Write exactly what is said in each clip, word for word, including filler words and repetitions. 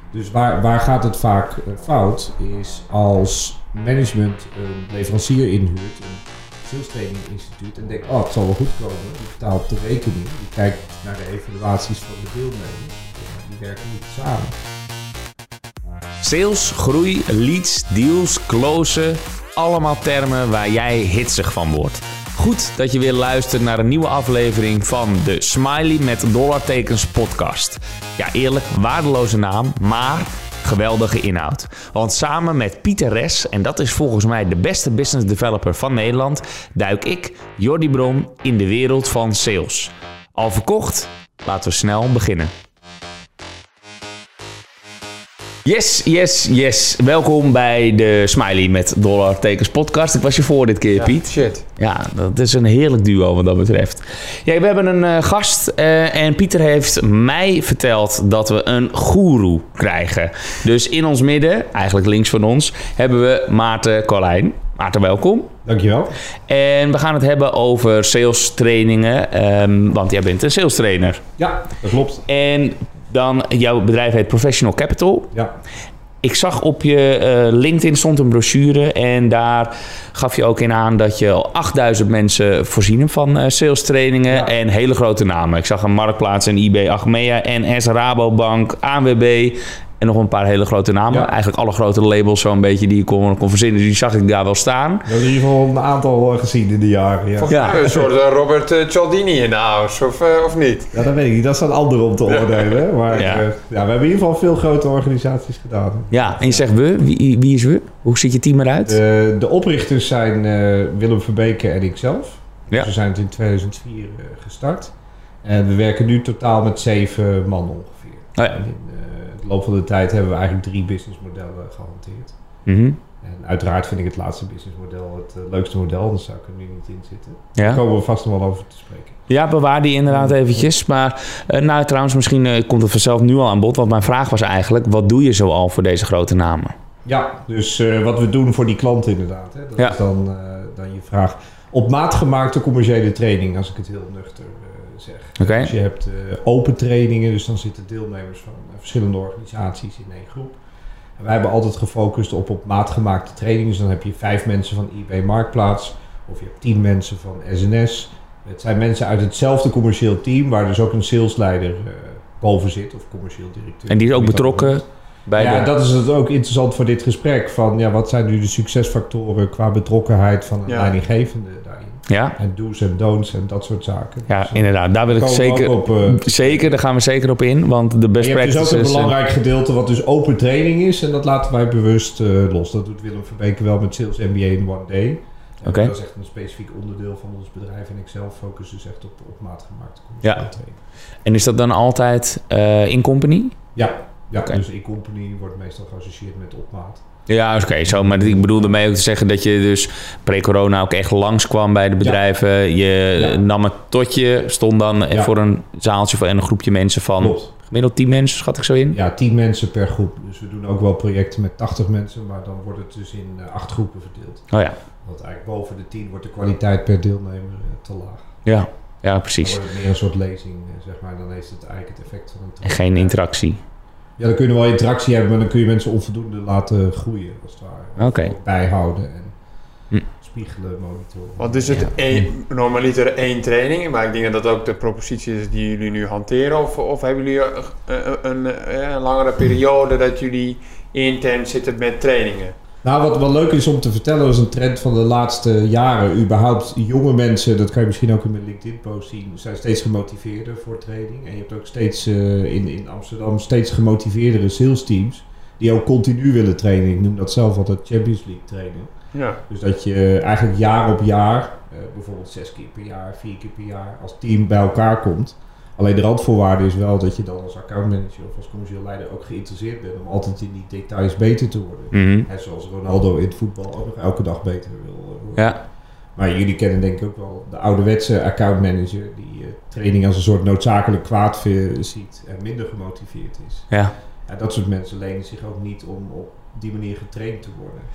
Dus waar, waar gaat het vaak uh, fout, is als management een leverancier inhuurt, een sales training instituut, en denkt, oh het zal wel goed komen, die betaalt de rekening, die kijkt naar de evaluaties van de deelnemers, die werken niet samen. Sales, groei, leads, deals, closen, allemaal termen waar jij hitsig van wordt. Goed dat je weer luistert naar een nieuwe aflevering van de Smiley met dollartekens podcast. Ja, eerlijk, waardeloze naam, maar geweldige inhoud. Want samen met Pieter Res, en dat is volgens mij de beste business developer van Nederland, duik ik, Jordi Bron, in de wereld van sales. Al verkocht? Laten we snel beginnen. Yes, yes, yes. Welkom bij de Smiley met dollartekens podcast. Ik was je voor dit keer, ja, Piet. Shit. Ja, dat is een heerlijk duo wat dat betreft. Ja, we hebben een uh, gast uh, en Pieter heeft mij verteld dat we een goeroe krijgen. Dus in ons midden, eigenlijk links van ons, hebben we Maarten Carlijn. Maarten, welkom. Dankjewel. En we gaan het hebben over sales trainingen, um, want jij bent een sales trainer. Ja, dat klopt. En dan, jouw bedrijf heet Professional Capital. Ja. Ik zag op je uh, LinkedIn stond een brochure en daar gaf je ook in aan dat je al achtduizend mensen voorzien van uh, sales trainingen, ja, en hele grote namen. Ik zag een Marktplaats, een I B, Achmea, N S, Rabobank, A N W B en nog een paar hele grote namen. Ja. Eigenlijk alle grote labels zo'n beetje die je kon, kon verzinnen, die zag ik daar wel staan. We hebben in ieder geval een aantal gezien in de jaren. Ja. Ja. Een soort uh, Robert uh, Cialdini in de house, of, uh, of niet? Ja, dat weet ik niet. Dat is een ander om te oordelen. Ja. Maar ja. Uh, ja, we hebben in ieder geval veel grote organisaties gedaan. Ja, en je zegt we. Wie, wie is we? Hoe ziet je team eruit? Uh, de oprichters zijn uh, Willem Verbeke en ikzelf. Ja. Dus we zijn het in tweeduizend vier uh, gestart. En we werken nu totaal met zeven man ongeveer. Oh ja. In de loop van de tijd hebben we eigenlijk drie businessmodellen gehanteerd. Mm-hmm. En uiteraard vind ik het laatste businessmodel het uh, leukste model, anders zou ik er nu niet in zitten. Ja. Daar komen we vast nog wel over te spreken. Ja, bewaar die inderdaad eventjes. Maar uh, nou, trouwens, misschien uh, komt het vanzelf nu al aan bod. Want mijn vraag was eigenlijk, wat doe je zoal voor deze grote namen? Ja, dus uh, wat we doen voor die klanten inderdaad. Hè, dat ja. is dan, uh, dan je vraag. Op maat gemaakte commerciële training, als ik het heel nuchter uh, zeg. Okay. Dus je hebt uh, open trainingen, dus dan zitten deelnemers van uh, verschillende organisaties in één groep. En wij hebben altijd gefocust op op maat gemaakte trainingen. Dus dan heb je vijf mensen van I B Marktplaats of je hebt tien mensen van S N S. Het zijn mensen uit hetzelfde commercieel team, waar dus ook een salesleider uh, boven zit of commercieel directeur. En die is ook betrokken bij ja, de... dat is het ook interessant voor dit gesprek. Van, ja, wat zijn nu de succesfactoren qua betrokkenheid van een ja. leidinggevende daarin? Ja. En do's en don'ts en dat soort zaken. Ja, dus, inderdaad. Daar wil ik zeker op, uh, zeker, daar gaan we zeker op in. Want de best practices... Je hebt dus ook een belangrijk gedeelte wat dus open training is. En dat laten wij bewust uh, los. Dat doet Willem Verbeke wel met Sales M B A in One Day. Okay. Dat is echt een specifiek onderdeel van ons bedrijf. En ik zelf focus dus echt op, op maat gemaakte ja. training. En is dat dan altijd uh, in company? Ja, ja okay. Dus in company wordt meestal geassocieerd met op maat. Ja, oké. Okay, zo. Maar ik bedoel ermee ook te zeggen dat je dus pre-corona ook echt langskwam bij de bedrijven. Ja. Je ja. nam het tot je, stond dan ja. voor een zaaltje en een groepje mensen van... Klopt. Gemiddeld tien mensen, schat ik zo in? Ja, tien mensen per groep. Dus we doen ook wel projecten met tachtig mensen, maar dan wordt het dus in uh, acht groepen verdeeld. Oh ja. Want eigenlijk boven de tien wordt de kwaliteit per deelnemer uh, te laag. Ja, ja, precies. Dan wordt het meer een soort lezing, uh, zeg maar. Dan heeft het eigenlijk het effect van een training. En geen interactie. Ja, dan kun je wel interactie hebben, maar dan kun je mensen onvoldoende laten groeien, als het ware. Oké. Okay. Bijhouden en hm. spiegelen, monitoren. Want is het ja. één, normaliter één training, maar ik denk dat dat ook de propositie is die jullie nu hanteren, of, of hebben jullie een, een, een, een langere periode dat jullie intern zitten met trainingen? Nou, wat wel leuk is om te vertellen, is een trend van de laatste jaren. Überhaupt jonge mensen, dat kan je misschien ook in mijn LinkedIn-post zien, zijn steeds gemotiveerder voor training. En je hebt ook steeds uh, in, in Amsterdam steeds gemotiveerdere sales teams die ook continu willen trainen. Ik noem dat zelf altijd Champions League trainen. Ja. Dus dat je eigenlijk jaar op jaar, uh, bijvoorbeeld zes keer per jaar, vier keer per jaar, als team bij elkaar komt. Alleen de randvoorwaarde is wel dat je dan als accountmanager of als commercieel leider ook geïnteresseerd bent om altijd in die details beter te worden. Mm-hmm. En zoals Ronaldo in het voetbal ook nog elke dag beter wil worden. Ja. Maar jullie kennen denk ik ook wel de ouderwetse accountmanager die uh, training als een soort noodzakelijk kwaad ziet en minder gemotiveerd is. Ja. Ja, dat soort mensen lenen zich ook niet om op die manier getraind te worden.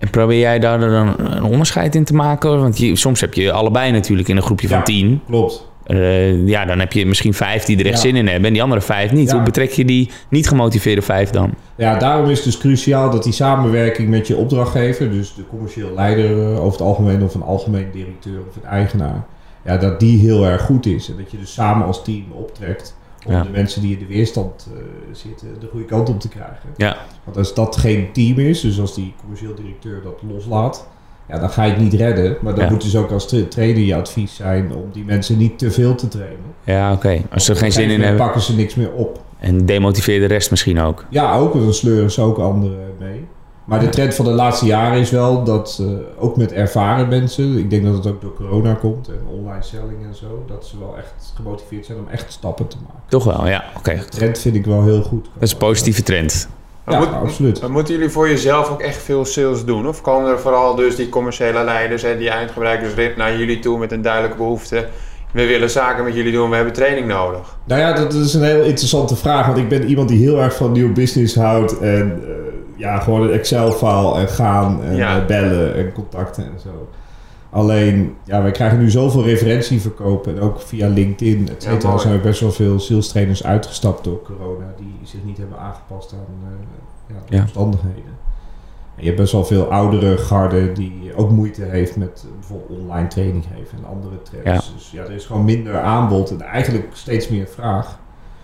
En probeer jij daar dan een onderscheid in te maken? Want je, soms heb je allebei natuurlijk in een groepje van Ja, tien. Klopt. Uh, ja, dan heb je misschien vijf die er echt Ja. zin in hebben en die andere vijf niet. Ja. Hoe betrek je die niet gemotiveerde vijf dan? Ja, daarom is het dus cruciaal dat die samenwerking met je opdrachtgever, dus de commercieel leider uh, over het algemeen of een algemeen directeur of een eigenaar, ja, dat die heel erg goed is. En dat je dus samen als team optrekt om Ja. de mensen die in de weerstand uh, zitten de goede kant op te krijgen. Ja. Want als dat geen team is, dus als die commercieel directeur dat loslaat, ja, dan ga je het niet redden. Maar dan Ja. moet dus ook als tra- trainer je advies zijn om die mensen niet te veel te trainen. Ja, oké. Okay. Als ze er geen zin in Dan hebben. pakken ze niks meer op. En demotiveer de rest misschien ook. Ja, ook, want dan sleuren ze ook anderen mee. Maar de trend van de laatste jaren is wel dat, uh, ook met ervaren mensen, ik denk dat het ook door corona komt en online selling en zo, dat ze wel echt gemotiveerd zijn om echt stappen te maken. Toch wel, ja. Oké. Okay. De trend vind ik wel heel goed. Dat is een positieve trend. Maar Ja, moet, absoluut. maar moeten jullie voor jezelf ook echt veel sales doen? Of komen er vooral dus die commerciële leiders en die eindgebruikers naar jullie toe met een duidelijke behoefte? We willen zaken met jullie doen, we hebben training nodig. Nou ja, dat is een heel interessante vraag. Want ik ben iemand die heel erg van nieuw business houdt. En uh, ja, gewoon een Excel-file en gaan en Ja. uh, bellen en contacten en zo. Alleen, ja, wij krijgen nu zoveel referentieverkopen. En ook via LinkedIn, et cetera. Ja, Er zijn er best wel veel sales trainers uitgestapt door corona. Die zich niet hebben aangepast aan uh, ja, de Ja. omstandigheden. En je hebt best wel veel oudere garde die ook moeite heeft met uh, bijvoorbeeld online training geven en andere trends. Ja. Dus ja, er is gewoon minder aanbod en eigenlijk steeds meer vraag.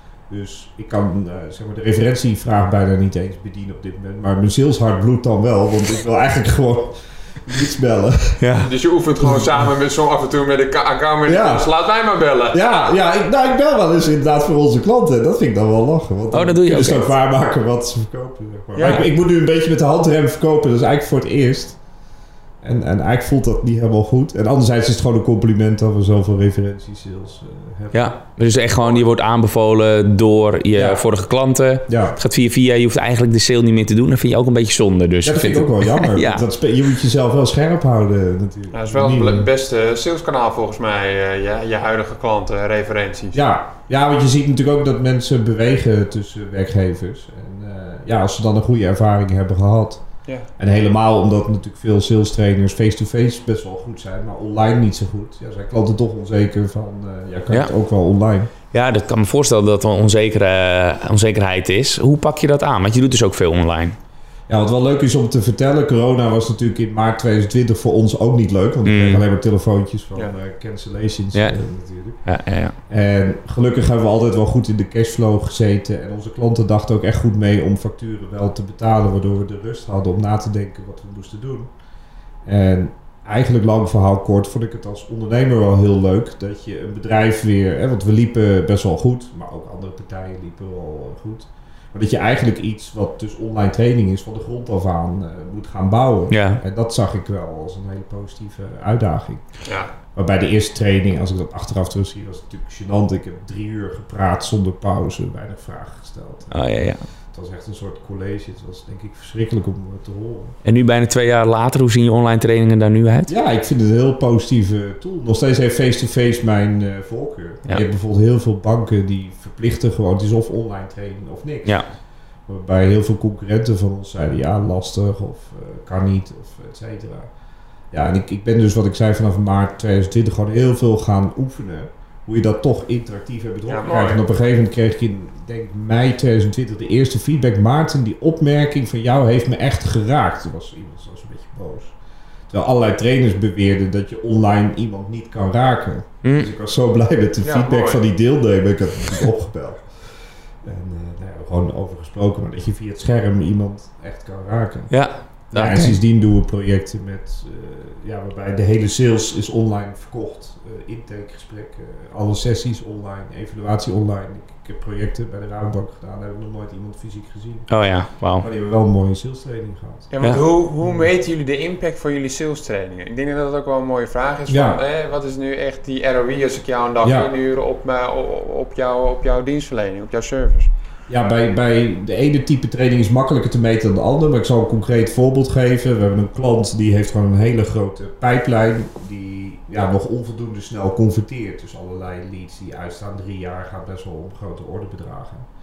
Dus ik kan uh, zeg maar de referentievraag bijna niet eens bedienen op dit moment. Maar mijn saleshart bloedt dan wel, want ik wil eigenlijk gewoon niets bellen. Ja. Dus je oefent gewoon samen met zo'n af en toe met een account. Ja. Dus laat mij maar bellen. Ja, ja ik, nou, ik bel wel eens inderdaad voor onze klanten. Dat vind ik dan wel lachen. Want Oh, dat doe je dus ook ook echt. waarmaken wat ze verkopen. Zeg maar. Ja. Maar ik, ik moet nu een beetje met de handrem verkopen. Dat is eigenlijk voor het eerst. En, en eigenlijk voelt dat niet helemaal goed. En anderzijds is het gewoon een compliment dat we zoveel referentiesales uh, hebben. Ja, dus echt gewoon, je wordt aanbevolen door je Ja. vorige klanten. Ja. Het gaat via via, je hoeft eigenlijk de sale niet meer te doen. Dat vind je ook een beetje zonde. Dus Ja, dat vind ik ook wel jammer. Ja. Want dat spe- je moet jezelf wel scherp houden natuurlijk. Nou, dat is wel Niet, het uh, beste saleskanaal volgens mij, uh, je, je huidige klanten, referenties. Ja. ja, want je ziet natuurlijk ook dat mensen bewegen tussen werkgevers. En uh, ja, als ze dan een goede ervaring hebben gehad. Ja. En helemaal omdat natuurlijk veel sales trainers face-to-face best wel goed zijn, maar online niet zo goed. Ja, zijn klanten toch onzeker van, uh, ja, kan Ja. het ook wel online? Ja, dat kan me voorstellen dat er een onzekere, onzekerheid is. Hoe pak je dat aan? Want je doet dus ook veel online. Ja, wat wel leuk is om te vertellen, corona was natuurlijk in maart tweeduizend twintig voor ons ook niet leuk. Want we Mm. kregen alleen maar telefoontjes van Ja. uh, cancellations Ja. uh, natuurlijk. Ja, ja, ja. En gelukkig hebben we altijd wel goed in de cashflow gezeten. En onze klanten dachten ook echt goed mee om facturen wel te betalen. Waardoor we de rust hadden om na te denken wat we moesten doen. En eigenlijk lang verhaal kort vond ik het als ondernemer wel heel leuk. Dat je een bedrijf weer, hè, want we liepen best wel goed. Maar ook andere partijen liepen wel goed. Maar dat je eigenlijk iets wat dus online training is van de grond af aan uh, moet gaan bouwen. Ja. En dat zag ik wel als een hele positieve uitdaging. Ja. Maar bij de eerste training, als ik dat achteraf terugzie, was het natuurlijk gênant. Ik heb drie uur gepraat zonder pauze, weinig vragen gesteld. Oh, ja, ja. Het was echt een soort college. Het was denk ik verschrikkelijk om uh, te horen. En nu bijna twee jaar later, hoe zien je online trainingen daar nu uit? Ja, ik vind het een heel positieve tool. Nog steeds heeft face-to-face mijn uh, voorkeur. Ja. Je hebt bijvoorbeeld heel veel banken die verplichten gewoon, het is of online training of niks. Ja. Waarbij heel veel concurrenten van ons zeiden, ja, lastig of uh, kan niet of et cetera. Ja, en ik, ik ben dus wat ik zei vanaf maart tweeduizend twintig gewoon heel veel gaan oefenen. Hoe je dat toch interactief hebt betrokken Ja, krijgt. mooi. En op een gegeven moment kreeg ik in, ik denk mei tweeduizend twintig de eerste feedback. Maarten, die opmerking van jou heeft me echt geraakt. Toen was iemand zelfs een beetje boos. Terwijl allerlei trainers beweerden dat je online iemand niet kan raken. Hm. Dus ik was zo blij met de Ja, feedback mooi. van die deelnemer. Ik heb hem opgebeld. En uh, nou ja, gewoon over gesproken. Maar dat je via het scherm iemand echt kan raken. Ja. Ja, Oké. en sindsdien doen we projecten met, uh, ja, waarbij de hele sales is online verkocht. Uh, intakegesprekken, alle sessies online, evaluatie online. Ik, ik heb projecten bij de Rabobank gedaan, daar heb ik nog nooit iemand fysiek gezien. Oh ja, wauw. Maar die hebben wel een mooie sales training gehad. Ja, want Ja. Hoe, hoe meten jullie de impact van jullie sales trainingen? Ik denk dat dat ook wel een mooie vraag is. Ja. Van, eh, wat is nu echt die R O I als ik jou een dag Ja. inhuur op, uh, op, op, jou, op jouw dienstverlening, op jouw service? Ja, bij, bij de ene type training is makkelijker te meten dan de andere. Maar ik zal een concreet voorbeeld geven. We hebben een klant die heeft gewoon een hele grote pijplijn. Die ja, nog onvoldoende snel converteert. Dus allerlei leads die uitstaan drie jaar gaat best wel om grote orderbedragen.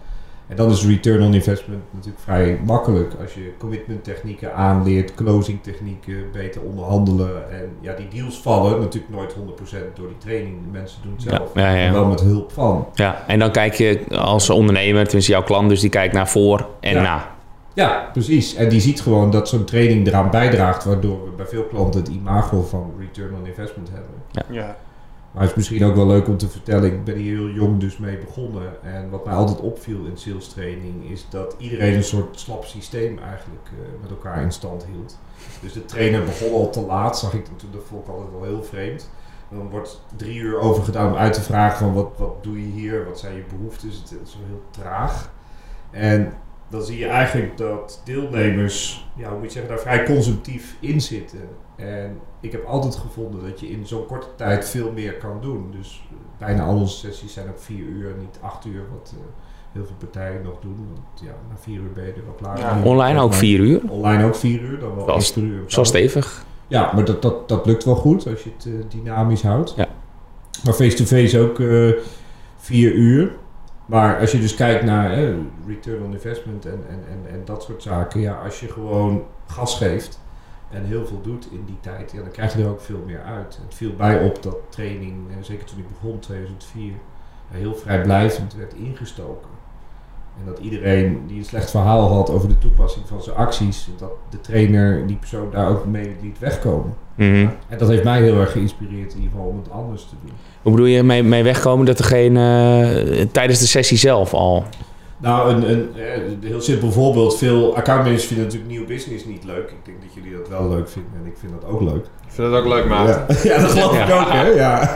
En dan is return on investment natuurlijk vrij makkelijk. Als je commitment technieken aanleert, closing technieken, beter onderhandelen. En ja, die deals vallen natuurlijk nooit honderd procent door die training. De mensen doen het zelf. Ja, ja, ja. Maar wel met hulp van. Ja, en dan kijk je als ondernemer, tenminste jouw klant, dus die kijkt naar voor en ja. na. Ja, precies. En die ziet gewoon dat zo'n training eraan bijdraagt, waardoor we bij veel klanten het imago van return on investment hebben. Ja. Ja. Maar het is misschien ook wel leuk om te vertellen, ik ben hier heel jong dus mee begonnen. En wat mij altijd opviel in sales training is dat iedereen een soort slap systeem eigenlijk uh, met elkaar in stand hield. Dus de trainer begon al te laat, zag ik toen, dat vond ik altijd wel heel vreemd. Dan wordt drie uur over gedaan om uit te vragen van wat, wat doe je hier, wat zijn je behoeftes, het is zo heel traag. En dan zie je eigenlijk dat deelnemers, ja, hoe moet je zeggen, daar vrij consumptief in zitten. En ik heb altijd gevonden dat je in zo'n korte tijd veel meer kan doen. Dus bijna al onze sessies zijn op vier uur, niet acht uur, wat uh, heel veel partijen nog doen. Want ja, na vier uur ben je er wel klaar. Ja. Online ook vier uur? Online ook vier uur, dan wel Dat één per uur. Zo stevig. Ja, maar dat, dat, dat lukt wel goed als je het uh, dynamisch houdt. Ja. Maar face-to-face ook uh, vier uur. Maar als je dus kijkt naar eh, return on investment en, en, en, en dat soort zaken. Ja, als je gewoon gas geeft en heel veel doet in die tijd, ja, dan krijg je er ook veel meer uit. Het viel mij op dat training, eh, zeker toen ik begon, tweeduizend vier, eh, heel vrijblijvend werd ingestoken. En dat iedereen die een slecht verhaal had over de toepassing van zijn acties, dat de trainer die persoon daar ook mee liet wegkomen. Mm-hmm. En dat heeft mij heel erg geïnspireerd in ieder geval om het anders te doen. Hoe bedoel je mee, mee wegkomen dat er geen, uh, tijdens de sessie zelf al? Nou, een, een, een heel simpel voorbeeld. Veel accountmanagers vinden natuurlijk nieuw business niet leuk. Ik denk dat jullie dat wel leuk vinden en ik vind dat ook leuk. Ik vind dat ook leuk, maat. Ja, ja dat geloof ik Ja. ook, hè. Ja.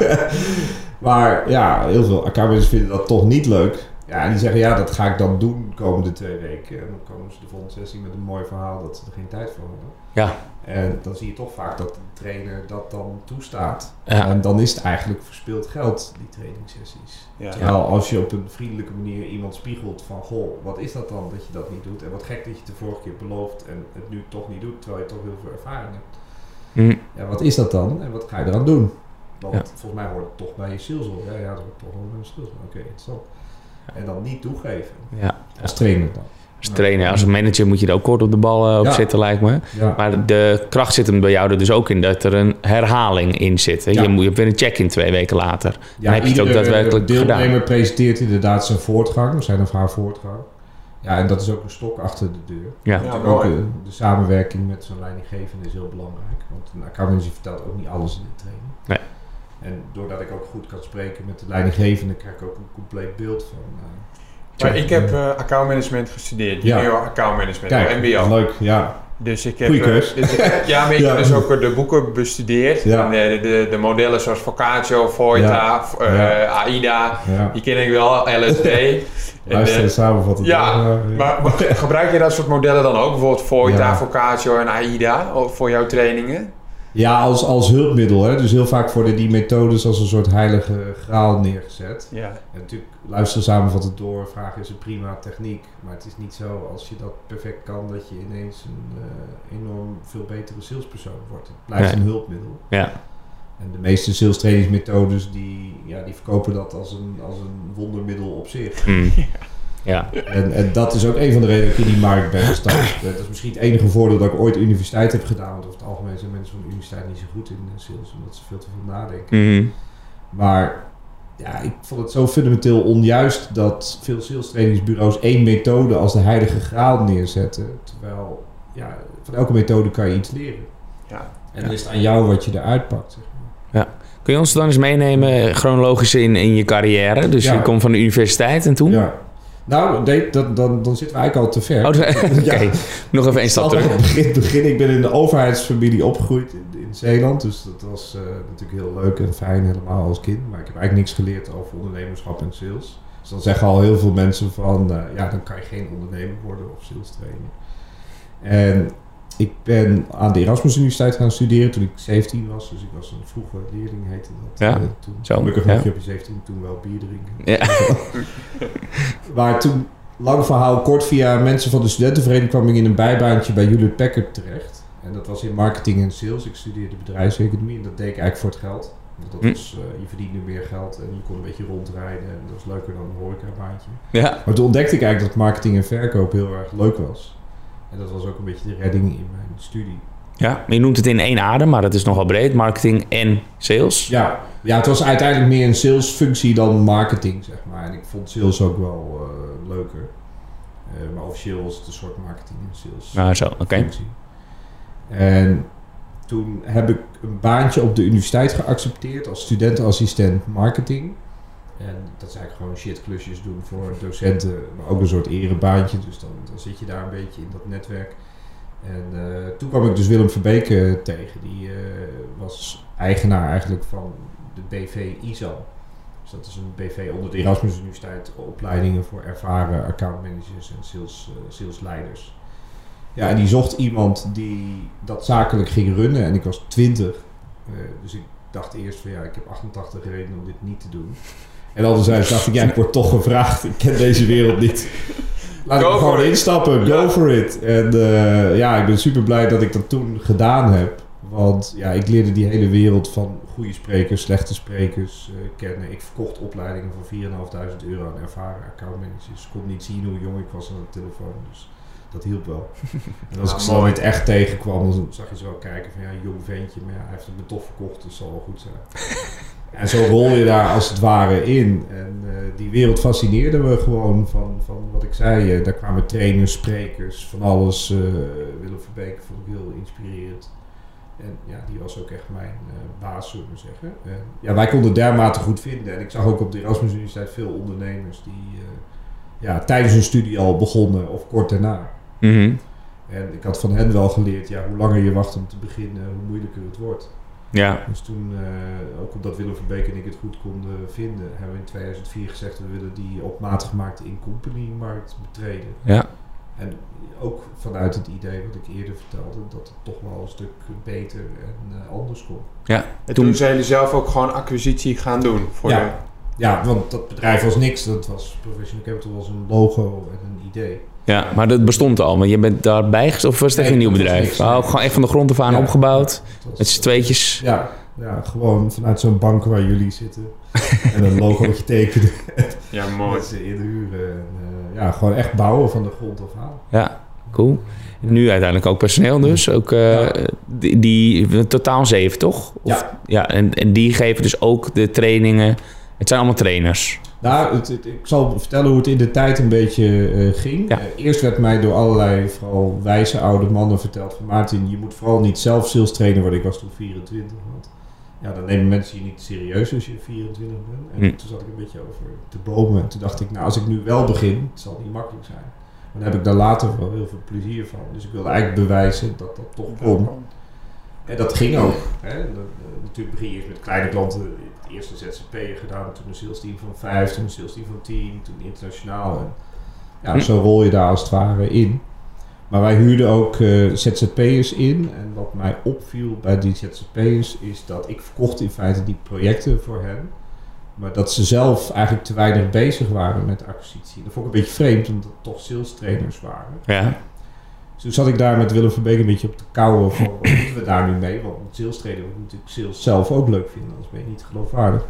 Maar ja, heel veel accountmanagers vinden dat toch niet leuk. Ja, en die zeggen, ja, dat ga ik dan doen de komende twee weken. En dan komen ze de volgende sessie met een mooi verhaal dat ze er geen tijd voor hebben. Ja. En dan zie je toch vaak dat de trainer dat dan toestaat. Ja. En dan is het eigenlijk verspild geld, die trainingssessies. Ja. Terwijl als je op een vriendelijke manier iemand spiegelt van, goh, wat is dat dan dat je dat niet doet? En wat gek dat je het de vorige keer belooft en het nu toch niet doet, terwijl je toch heel veel ervaring hebt. Mm. Ja, wat is dat dan en wat ga je eraan doen? Want Ja. volgens mij hoort het toch bij je sales op. Ja, ja, dat hoort toch wel bij je sales. Oké, okay, interessant. En dan niet toegeven. Ja. Als trainer dan. Als trainer, als manager moet je er ook kort op de bal uh, op Ja. zitten, lijkt me. Ja. Maar de kracht zit hem bij jou er dus ook in dat er een herhaling in zit. Hè? Ja. Je moet je hebt weer een check-in twee weken later. Ja, Dan heb je het ook iedere daadwerkelijk deelnemer gedaan. presenteert inderdaad zijn voortgang, zijn of haar voortgang. Ja, en dat is ook een stok achter de deur. Ja. Ja. Natuurlijk ook mooi. de, de samenwerking met zo'n leidinggevende is heel belangrijk. Want een accountmanager vertelt ook niet alles in de training. Nee. En doordat ik ook goed kan spreken met de leidinggevende, krijg ik ook een compleet beeld van... Uh, Maar ik heb uh, accountmanagement gestudeerd, Ja. junior accountmanagement, Kijk, M B O. leuk, ja. Dus ik heb, Goeie uh, keus. dus ik, ja, maar ik Ja. heb dus ook uh, de boeken bestudeerd. Ja. En, uh, de, de modellen zoals Focaccio, Voita, Ja. uh, Ja. AIDA, ja. die ken ik wel, L S D. En, Luister, uh, samenvatten. ja, ja. maar, maar gebruik je dat soort modellen dan ook? Bijvoorbeeld Voita, Ja. Focaccio en AIDA voor jouw trainingen? Ja, als, als hulpmiddel. Hè. Dus heel vaak worden die methodes als een soort heilige graal neergezet. Ja. En natuurlijk, luister samenvatten door, vragen is een prima techniek. Maar het is niet zo, als je dat perfect kan, dat je ineens een uh, enorm veel betere salespersoon wordt. Het blijft Nee. een hulpmiddel. Ja. En de meeste sales trainingsmethodes, die, ja, die verkopen dat als een, als een wondermiddel op zich. Mm. Ja. En, en dat is ook een van de redenen dat ik in die markt ben gestapt. Dat is misschien het enige voordeel dat ik ooit universiteit heb gedaan. Want over het algemeen zijn mensen van de universiteit niet zo goed in sales, omdat ze veel te veel nadenken. Mm. Maar ja, ik vond het zo fundamenteel onjuist dat veel sales trainingsbureaus één methode als de heilige graal neerzetten. Terwijl, ja, van elke methode kan je iets leren. Ja. En dan is het aan jou wat je eruit pakt, zeg maar. Kun je ons dan eens meenemen, chronologisch in, in je carrière? Dus Ja. je komt van de universiteit en toen? Ja. Nou, nee, dat, dan, dan zitten we eigenlijk al te ver. Oh, oké. Ja. Nog even één stap Altijd terug. op het begin, begin. Ik ben in de overheidsfamilie opgegroeid in, in Zeeland. Dus dat was uh, natuurlijk heel leuk en fijn helemaal als kind. Maar ik heb eigenlijk niks geleerd over ondernemerschap en sales. Dus dan zeggen al heel veel mensen van... Uh, ja, dan kan je geen ondernemer worden of sales trainer. En ik ben aan de Erasmus Universiteit gaan studeren toen ik zeventien was. Dus ik was een vroege leerling, heette dat. Ja, uh, toen, zo, gelukkig ja. mocht je op je zeventien toen wel bier drinken. Ja. Maar toen, lang verhaal kort, via mensen van de studentenvereniging kwam ik in een bijbaantje bij Hewlett Packard terecht. En dat was in marketing en sales. Ik studeerde bedrijfseconomie en dat deed ik eigenlijk voor het geld. Want dat hm. was, uh, je verdiende meer geld en je kon een beetje rondrijden. En dat was leuker dan een horecabaantje. Ja. Maar toen ontdekte ik eigenlijk dat marketing en verkoop heel erg leuk was. En dat was ook een beetje de redding in mijn studie. Ja, maar je noemt het in één adem, maar dat is nogal breed. Marketing en sales. Ja, ja, het was uiteindelijk meer een salesfunctie dan marketing, zeg maar. En ik vond sales ook wel uh, leuker. Uh, maar officieel was het een soort marketing en sales Nou, zo, oké. Okay. functie. En toen heb ik een baantje op de universiteit geaccepteerd als studentenassistent marketing. En dat is eigenlijk gewoon shitklusjes doen voor docenten, maar ook een soort erebaantje. Dus dan, dan zit je daar een beetje in dat netwerk. En uh, toen kwam ik dus Willem Verbeke tegen. Die uh, was eigenaar eigenlijk van de B V I S A M. Dus dat is een B V onder de Erasmus Universiteit, opleidingen voor ervaren accountmanagers en sales, uh, salesleiders. Ja, en die zocht iemand die dat zakelijk ging runnen en ik was twintig. Uh, dus ik dacht eerst van ja, ik heb achtentachtig redenen om dit niet te doen. En anderzijds dacht ik, ja, ik word toch gevraagd. Ik ken deze wereld niet. Laat Go ik gewoon it. instappen. Go Ja. for it. En uh, ja, ik ben super blij dat ik dat toen gedaan heb. Want ja, ik leerde die hele wereld van goede sprekers, slechte sprekers uh, kennen. Ik verkocht opleidingen voor vier en vijfduizend euro aan ervaren accountmanagers. Ik kon niet zien hoe jong ik was aan de telefoon. Dus dat hielp wel. En als Ja, ik ze mooi. dan in het echt tegenkwam, dan zag je ze wel kijken van ja, jong ventje. Maar ja, hij heeft het me toch verkocht, dus het zal wel goed zijn. En zo rol je daar als het ware in. En uh, die wereld fascineerde me gewoon van, van wat ik zei. Uh, daar kwamen trainers, sprekers, van alles. Uh, Willem Verbeke vond ik heel inspirerend. En ja, die was ook echt mijn uh, baas, zullen we zeggen. Uh, ja, wij konden dermate goed vinden. En ik zag ook op de Erasmus Universiteit veel ondernemers die uh, ja, tijdens hun studie al begonnen of kort daarna. Mm-hmm. En ik had van hen wel geleerd, ja, hoe langer je wacht om te beginnen, hoe moeilijker het wordt. Ja. Dus toen, uh, ook omdat Willem Verbeke en ik het goed konden vinden, hebben we in tweeduizend vier gezegd, we willen die op maat gemaakte in-company-markt betreden. Ja. En ook vanuit het idee wat ik eerder vertelde, dat het toch wel een stuk beter en uh, anders kon. Ja. En Toen- toen zijn jullie zelf ook gewoon acquisitie gaan doen voor Ja. de... Ja, want dat bedrijf was niks. Dat was Professional Capital, was een logo en een idee. Ja, maar dat bestond al. Maar je bent daarbij gest- of was het echt Nee, een nieuw dat was bedrijf? niks. Oh, gewoon echt van de grond af aan Ja. opgebouwd. Het was, Met z'n tweetjes. Ja, ja, gewoon vanuit zo'n bank waar jullie zitten. En een logootje tekenen. Ja, mooi. Met ze inhuren. En, uh, ja, gewoon echt bouwen van de grond af aan. Ja, cool. Nu uiteindelijk ook personeel dus. Ook, uh, Ja. die, die totaal zeven, toch? Of, Ja. ja en, en die geven dus ook de trainingen. Het zijn allemaal trainers. Nou, het, het- ik zal vertellen hoe het in de tijd een beetje uh, ging. Ja. Uh, eerst werd mij door allerlei, vooral wijze oude mannen verteld van Maarten, je moet vooral niet zelf sales trainer worden. Ik was toen vierentwintig. Want ja, dan nemen mensen je niet serieus als je vierentwintig bent. En Hm. toen zat ik een beetje over te bomen. En toen dacht ik, nou als ik nu wel begin, het zal niet makkelijk zijn. Maar dan heb ik daar later wel heel veel plezier van. Dus ik wilde eigenlijk bewijzen dat dat toch kon. En dat ging ook. Hè. Dat, uh, natuurlijk begin je eerst met kleine klanten. Het eerste Z Z P'er gedaan, toen een sales team van vijf, toen een sales team van tien, toen internationaal. En ja, Hm. zo rol je daar als het ware in. Maar wij huurden ook uh, Z Z P'ers in. En wat mij opviel bij die Z Z P'ers is dat ik verkocht in feite die projecten voor hen. Maar dat ze zelf eigenlijk te weinig bezig waren met acquisitie. Dat vond ik een beetje vreemd, omdat het toch sales trainers waren. Ja. Dus toen zat ik daar met Willem Verbeke een beetje op te kauwen van wat moeten we daar nu mee? Want met sales trainer moet natuurlijk sales zelf ook leuk vinden, anders ben je niet geloofwaardig.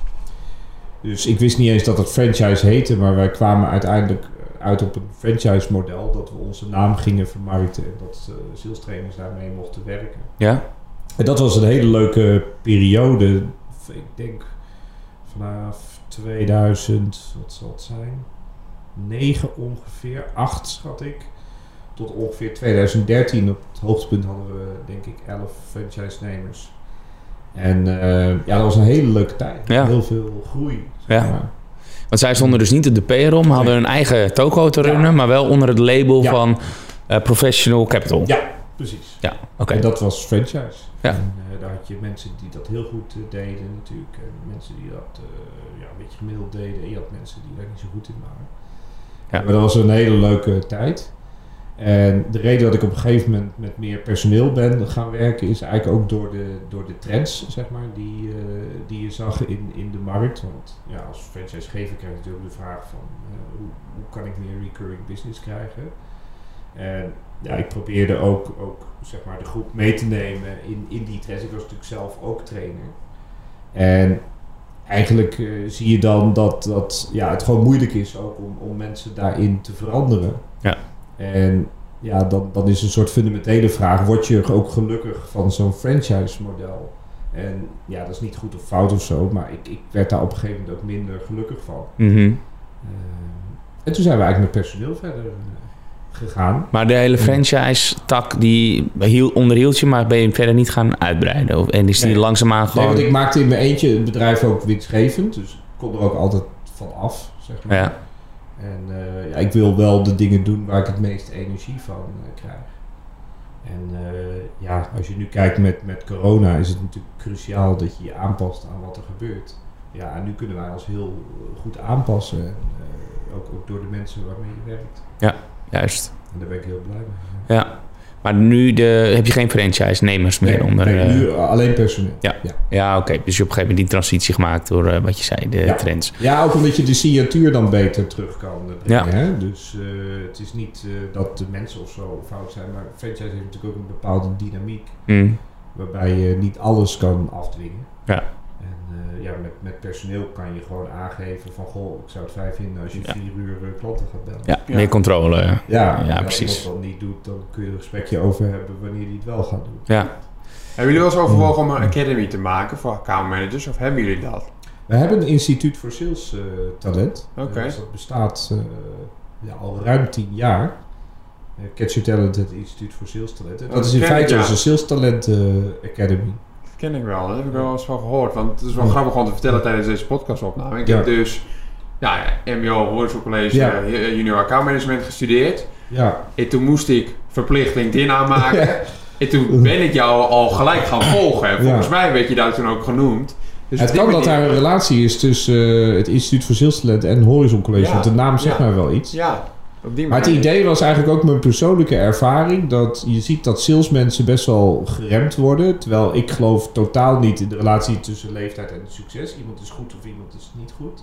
Dus ik wist niet eens dat het franchise heette, maar wij kwamen uiteindelijk uit op een franchise model dat we onze naam gingen vermarkten en dat uh, sales trainers daarmee mochten werken. Ja. En dat was een hele leuke periode. Ik denk vanaf tweeduizend, wat zal het zijn? negen ongeveer, acht schat ik. Tot ongeveer tweeduizend dertien. Op het hoogtepunt hadden we denk ik elf franchise-nemers. En uh, ja, dat was een hele leuke tijd. Ja. Heel veel groei. Zeg Ja. maar. Want zij stonden dus niet op de payroll, maar hadden Nee. hun eigen toko te Ja. runnen, maar wel onder het label Ja. van uh, Professional Capital. Ja, precies. Ja, oké. En dat was franchise. Ja. En uh, daar had je mensen die dat heel goed uh, deden natuurlijk. En mensen die dat uh, ja, een beetje gemiddeld deden. En je had mensen die daar niet zo goed in waren. Ja. Maar dat was een hele leuke tijd. En de reden dat ik op een gegeven moment met meer personeel ben gaan werken is eigenlijk ook door de, door de trends, zeg maar, die, uh, die je zag in, in de markt. Want ja, als franchisegever krijg je natuurlijk de vraag van uh, hoe, hoe kan ik meer recurring business krijgen? En ja, ik probeerde ook, ook zeg maar, de groep mee te nemen in, in die trends. Ik was natuurlijk zelf ook trainer. En eigenlijk uh, zie je dan dat, dat ja, het gewoon moeilijk is ook om, om mensen daarin te veranderen. Ja. En ja, dan, dan is een soort fundamentele vraag, word je ook gelukkig van zo'n franchise model? En ja, dat is niet goed of fout of zo, maar ik, ik werd daar op een gegeven moment ook minder gelukkig van. Mm-hmm. Uh, en toen zijn we eigenlijk met personeel verder uh, gegaan. Maar de hele franchise-tak, die hield, onderhield je, maar ben je verder niet gaan uitbreiden? Of, en is die nee. langzaamaan gewoon... Nee, want ik maakte in mijn eentje het bedrijf ook winstgevend, dus ik kon er ook altijd van af, zeg maar. Ja. En uh, ja, ik wil wel de dingen doen waar ik het meest energie van uh, krijg. En uh, ja, als je nu kijkt met, met corona is het natuurlijk cruciaal dat je je aanpast aan wat er gebeurt. Ja, en nu kunnen wij ons heel goed aanpassen. En, uh, ook, ook door de mensen waarmee je werkt. Ja, juist. En daar ben ik heel blij mee. Ja, maar nu de, heb je geen franchise-nemers meer nee, onder... Nee, uh, nu alleen personeel. Ja, ja. ja oké. Okay. Dus je hebt op een gegeven moment die transitie gemaakt door uh, wat je zei, de ja. trends. Ja, ook omdat je de signatuur dan beter terug kan brengen. Ja. Hè? Dus uh, het is niet uh, dat de mensen of zo fout zijn, maar franchise heeft natuurlijk ook een bepaalde dynamiek. Mm. Waarbij je niet alles kan afdwingen. Ja. En uh, ja, met, met personeel kan je gewoon aangeven van, goh, ik zou het fijn vinden als je ja. vier uur uh, klanten gaat bellen. Ja, ja. meer controle. Ja, ja, ja en precies. als je dat niet doet, dan kun je er een gesprekje over hebben wanneer die het wel gaat doen. Ja. Hebben jullie wel eens overwogen om een academy te maken voor accountmanagers, of hebben jullie dat? We hebben een instituut voor sales uh, talent. Oké. Okay. Dus dat bestaat uh, ja, al ruim tien jaar. Uh, Catch Your Talent, het instituut voor sales talent. Dat, dat is in feite onze ja. sales talent uh, academy. Dat ken ik wel, dat heb ik wel eens van gehoord. Want het is wel ja. grappig om te vertellen tijdens deze podcastopname. Ik ja. heb dus ja, M B O, Horizon College, ja. uh, junior account management gestudeerd. Ja. En toen moest ik verplicht LinkedIn aanmaken. Ja. En toen ben ik jou al gelijk gaan volgen. En volgens ja. mij werd je daar toen ook genoemd. Dus het kan dat daar een relatie is tussen uh, het instituut voor sales talent en Horizon College. Ja. Want de naam zegt ja. mij wel iets. Ja. Op die maar het idee was eigenlijk ook mijn persoonlijke ervaring. Dat je ziet dat salesmensen best wel geremd worden. Terwijl ik geloof totaal niet in de relatie tussen leeftijd en succes. Iemand is goed of iemand is niet goed.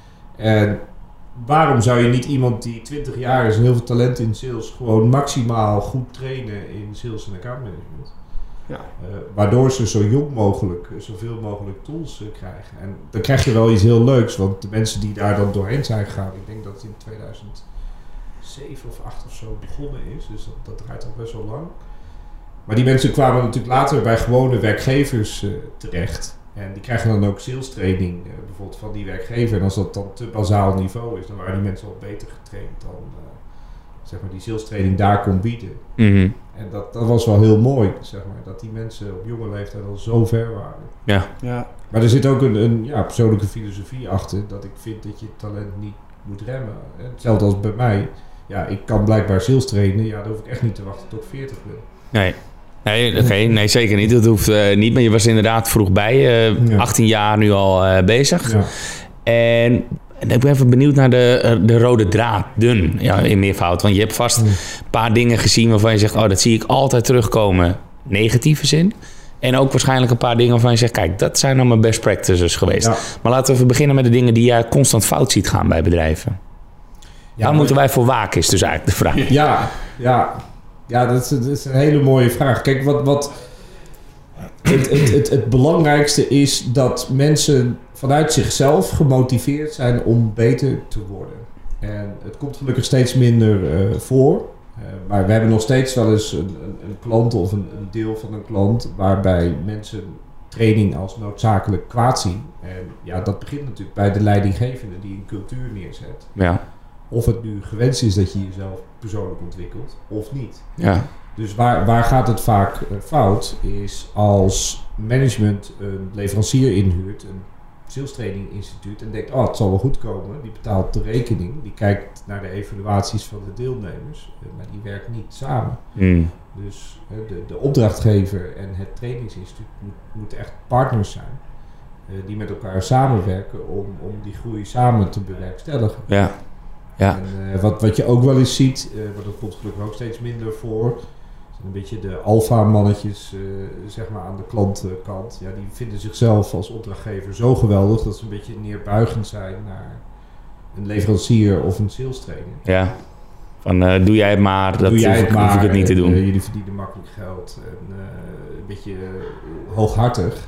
En waarom zou je niet iemand die twintig jaar is en heel veel talent in sales gewoon maximaal goed trainen in sales en account management? Ja. Uh, waardoor ze zo jong mogelijk, zoveel mogelijk tools uh, krijgen. En dan krijg je wel iets heel leuks. Want de mensen die daar dan doorheen zijn gegaan, ik denk dat het in tweeduizend zeven of acht of zo begonnen is. Dus dat, dat draait al best wel lang. Maar die mensen kwamen natuurlijk later bij gewone werkgevers uh, terecht. En die krijgen dan ook sales training uh, bijvoorbeeld van die werkgever. En als dat dan te bazaal niveau is, dan waren die mensen al beter getraind dan uh, zeg maar die sales training daar kon bieden. Mm-hmm. En dat, dat was wel heel mooi, zeg maar, dat die mensen op jonge leeftijd al zo ver waren. Ja. Ja. Maar er zit ook een, een ja, persoonlijke filosofie achter, dat ik vind dat je talent niet moet remmen. Hetzelfde als bij mij. Ja, ik kan blijkbaar sales trainen. Ja, dan hoef ik echt niet te wachten tot ik veertig ben. Nee, nee, okay, nee zeker niet. Dat hoeft uh, niet. Maar je was inderdaad vroeg bij. Uh, ja. achttien jaar nu al uh, bezig. Ja. En, en ik ben even benieuwd naar de, de rode draad. Dun, ja, in meervoud. Want je hebt vast een ja. paar dingen gezien waarvan je zegt, oh, dat zie ik altijd terugkomen. Negatieve zin. En ook waarschijnlijk een paar dingen waarvan je zegt, kijk, dat zijn dan mijn best practices geweest. Ja. Maar laten we even beginnen met de dingen die jij constant fout ziet gaan bij bedrijven. Ja, Waar moeten wij voor waken, is dus eigenlijk de vraag. Ja, ja. ja dat, is, dat is een hele mooie vraag. Kijk, wat, wat het, het, het, het belangrijkste is dat mensen vanuit zichzelf gemotiveerd zijn om beter te worden. En het komt gelukkig steeds minder uh, voor. Uh, maar we hebben nog steeds wel eens een, een, een klant of een, een deel van een klant waarbij mensen training als noodzakelijk kwaad zien. En ja, dat begint natuurlijk bij de leidinggevende die een cultuur neerzet. Ja. Of het nu gewenst is dat je jezelf persoonlijk ontwikkelt, of niet. Ja. Dus waar, waar gaat het vaak uh, fout, is als management een leverancier inhuurt, een sales training instituut, en denkt, oh, het zal wel goed komen. Die betaalt de rekening, die kijkt naar de evaluaties van de deelnemers, uh, maar die werkt niet samen. Mm. Dus uh, de, de opdrachtgever en het trainingsinstituut moet, moeten echt partners zijn. Uh, die met elkaar samenwerken om, om die groei samen te bewerkstelligen. Ja. Ja. En uh, wat, wat je ook wel eens ziet, uh, maar dat komt gelukkig ook steeds minder voor, zijn een beetje de alfa-mannetjes uh, zeg maar aan de klantkant. Ja, die vinden zichzelf als opdrachtgever zo geweldig dat ze een beetje neerbuigend zijn naar een leverancier of een sales trainer. Ja, van uh, doe jij het maar, dat doe jij het hoef, maar, hoef ik het niet te doen. Uh, jullie verdienen makkelijk geld en uh, een beetje uh, hooghartig.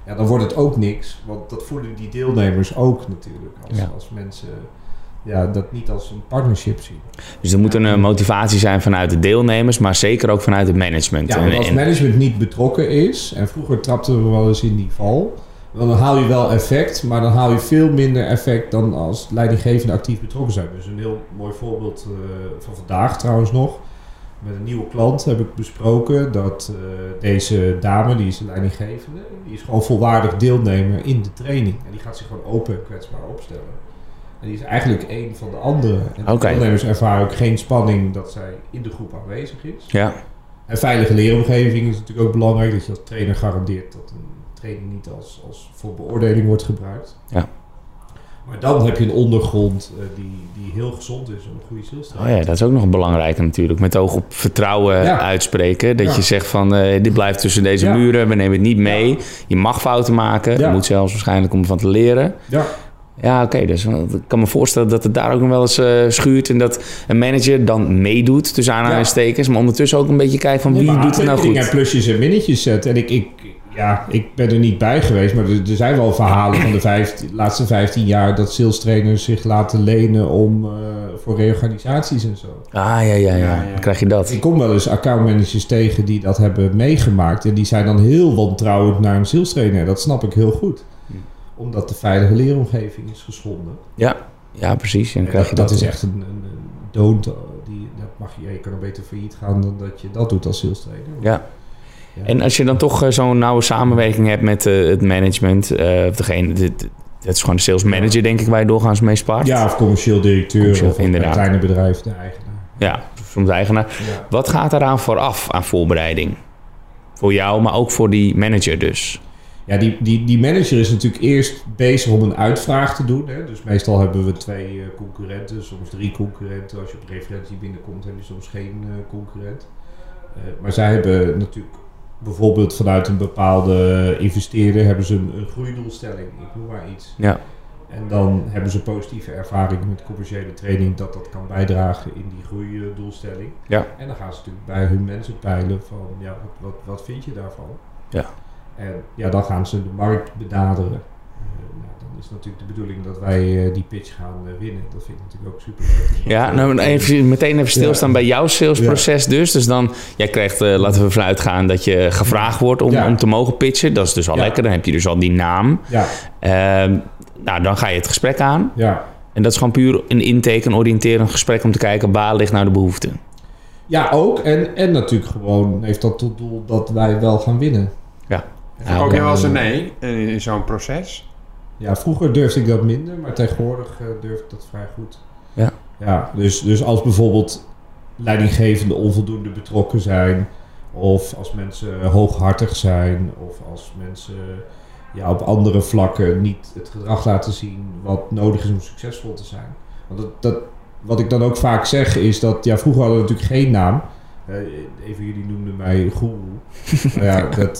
ja, dan wordt het ook niks. Want dat voelen die deelnemers ook natuurlijk. Als, Ja. als mensen ja, dat niet als een partnership zien. Dus er moet een uh, motivatie zijn vanuit de deelnemers, maar zeker ook vanuit het management. Ja, want als management niet betrokken is, en vroeger trapten we wel eens in die val, dan haal je wel effect, maar dan haal je veel minder effect dan als leidinggevenden actief betrokken zijn. Dus een heel mooi voorbeeld uh, van vandaag trouwens nog. Met een nieuwe klant heb ik besproken dat uh, deze dame, die is de leidinggevende, die is gewoon volwaardig deelnemer in de training. En die gaat zich gewoon open en kwetsbaar opstellen. En die is eigenlijk een van de anderen. En de Okay. deelnemers ervaren ook geen spanning dat zij in de groep aanwezig is. Ja. En veilige leeromgeving is natuurlijk ook belangrijk. Dat je als trainer garandeert dat een training niet als, als voor beoordeling wordt gebruikt. Ja. Maar dan heb je een ondergrond uh, die, die heel gezond is om een goede sales te Oh ja, dat is ook nog belangrijk natuurlijk. Met oog op vertrouwen Ja. uitspreken. Dat Ja. je zegt van, uh, dit blijft tussen deze Ja. muren. We nemen het niet mee. Ja. Je mag fouten maken. Ja. Je moet zelfs waarschijnlijk om ervan te leren. Ja. Ja, oké. Okay, dus ik kan me voorstellen dat het daar ook nog wel eens uh, schuurt. En dat een manager dan meedoet tussen aanhalingstekens. Maar ondertussen ook een beetje kijkt van wie Nee, doet het nou goed. En plusjes en minnetjes zetten. En ik, ik, ja, ik ben er niet bij geweest. Maar er, er zijn wel verhalen van de vijftien, laatste vijftien jaar dat sales trainers zich laten lenen om uh, voor reorganisaties en zo. Ah, ja, ja, ja. Ja, ja. Dan krijg je dat. Ik kom wel eens accountmanagers tegen die dat hebben meegemaakt. En die zijn dan heel wantrouwend naar een sales trainer. Dat snap ik heel goed. Omdat de veilige leeromgeving is geschonden. Ja, ja precies. En dan En krijg je dat, dat. dat is echt een, een, een dood. Die, dat mag je, je kan er beter failliet gaan dan dat je dat doet als sales trainer. Ja. Ja. En als je dan toch uh, zo'n nauwe samenwerking hebt met uh, het management, uh, of degene, dit, dat is gewoon de sales manager, denk ik, waar je doorgaans mee spaart. Ja, of commercieel directeur Commercieel, of een inderdaad. kleine bedrijf, de eigenaar. Ja, soms eigenaar. Ja. Wat gaat eraan vooraf aan voorbereiding? Voor jou, maar ook voor die manager dus. Ja, die, die, die manager is natuurlijk eerst bezig om een uitvraag te doen. Hè. Dus meestal hebben we twee uh, concurrenten, soms drie concurrenten. Als je op referentie binnenkomt, heb je soms geen uh, concurrent. Uh, maar zij hebben natuurlijk bijvoorbeeld vanuit een bepaalde investeerder hebben ze een, een groeidoelstelling. Ik noem maar iets. Ja. En dan hebben ze positieve ervaring met commerciële training dat dat kan bijdragen in die groeidoelstelling. Ja. En dan gaan ze natuurlijk bij hun mensen peilen van, ja, wat, wat, wat vind je daarvan? Ja. En ja, dan gaan ze de markt benaderen. Uh, nou, dan is natuurlijk de bedoeling dat wij uh, die pitch gaan uh, winnen. Dat vind ik natuurlijk ook super leuk. Ja, nou even, meteen even stilstaan Ja. bij jouw salesproces dus. Dus dan, jij krijgt, uh, laten we vanuit gaan dat je gevraagd wordt om, Ja. om te mogen pitchen. Dat is dus al Ja. lekker, dan heb je dus al die naam. Ja, Uh, nou, dan ga je het gesprek aan. ja. En dat is gewoon puur een intake, een oriënterend gesprek om te kijken waar ligt nou de behoefte. Ja, ook. En, en natuurlijk gewoon heeft dat tot doel dat wij wel gaan winnen. Ja. Ja, ook je wel eens een nee in, in zo'n proces? Ja, vroeger durfde ik dat minder, maar tegenwoordig uh, durf ik dat vrij goed. Ja. Ja, dus, dus als bijvoorbeeld leidinggevenden onvoldoende betrokken zijn, of als mensen hooghartig zijn, of als mensen ja, op andere vlakken niet het gedrag laten zien wat nodig is om succesvol te zijn. Want dat, dat, wat ik dan ook vaak zeg is dat, ja, vroeger hadden we natuurlijk geen naam. Uh, even jullie noemden mij Guru. Maar ja, dat...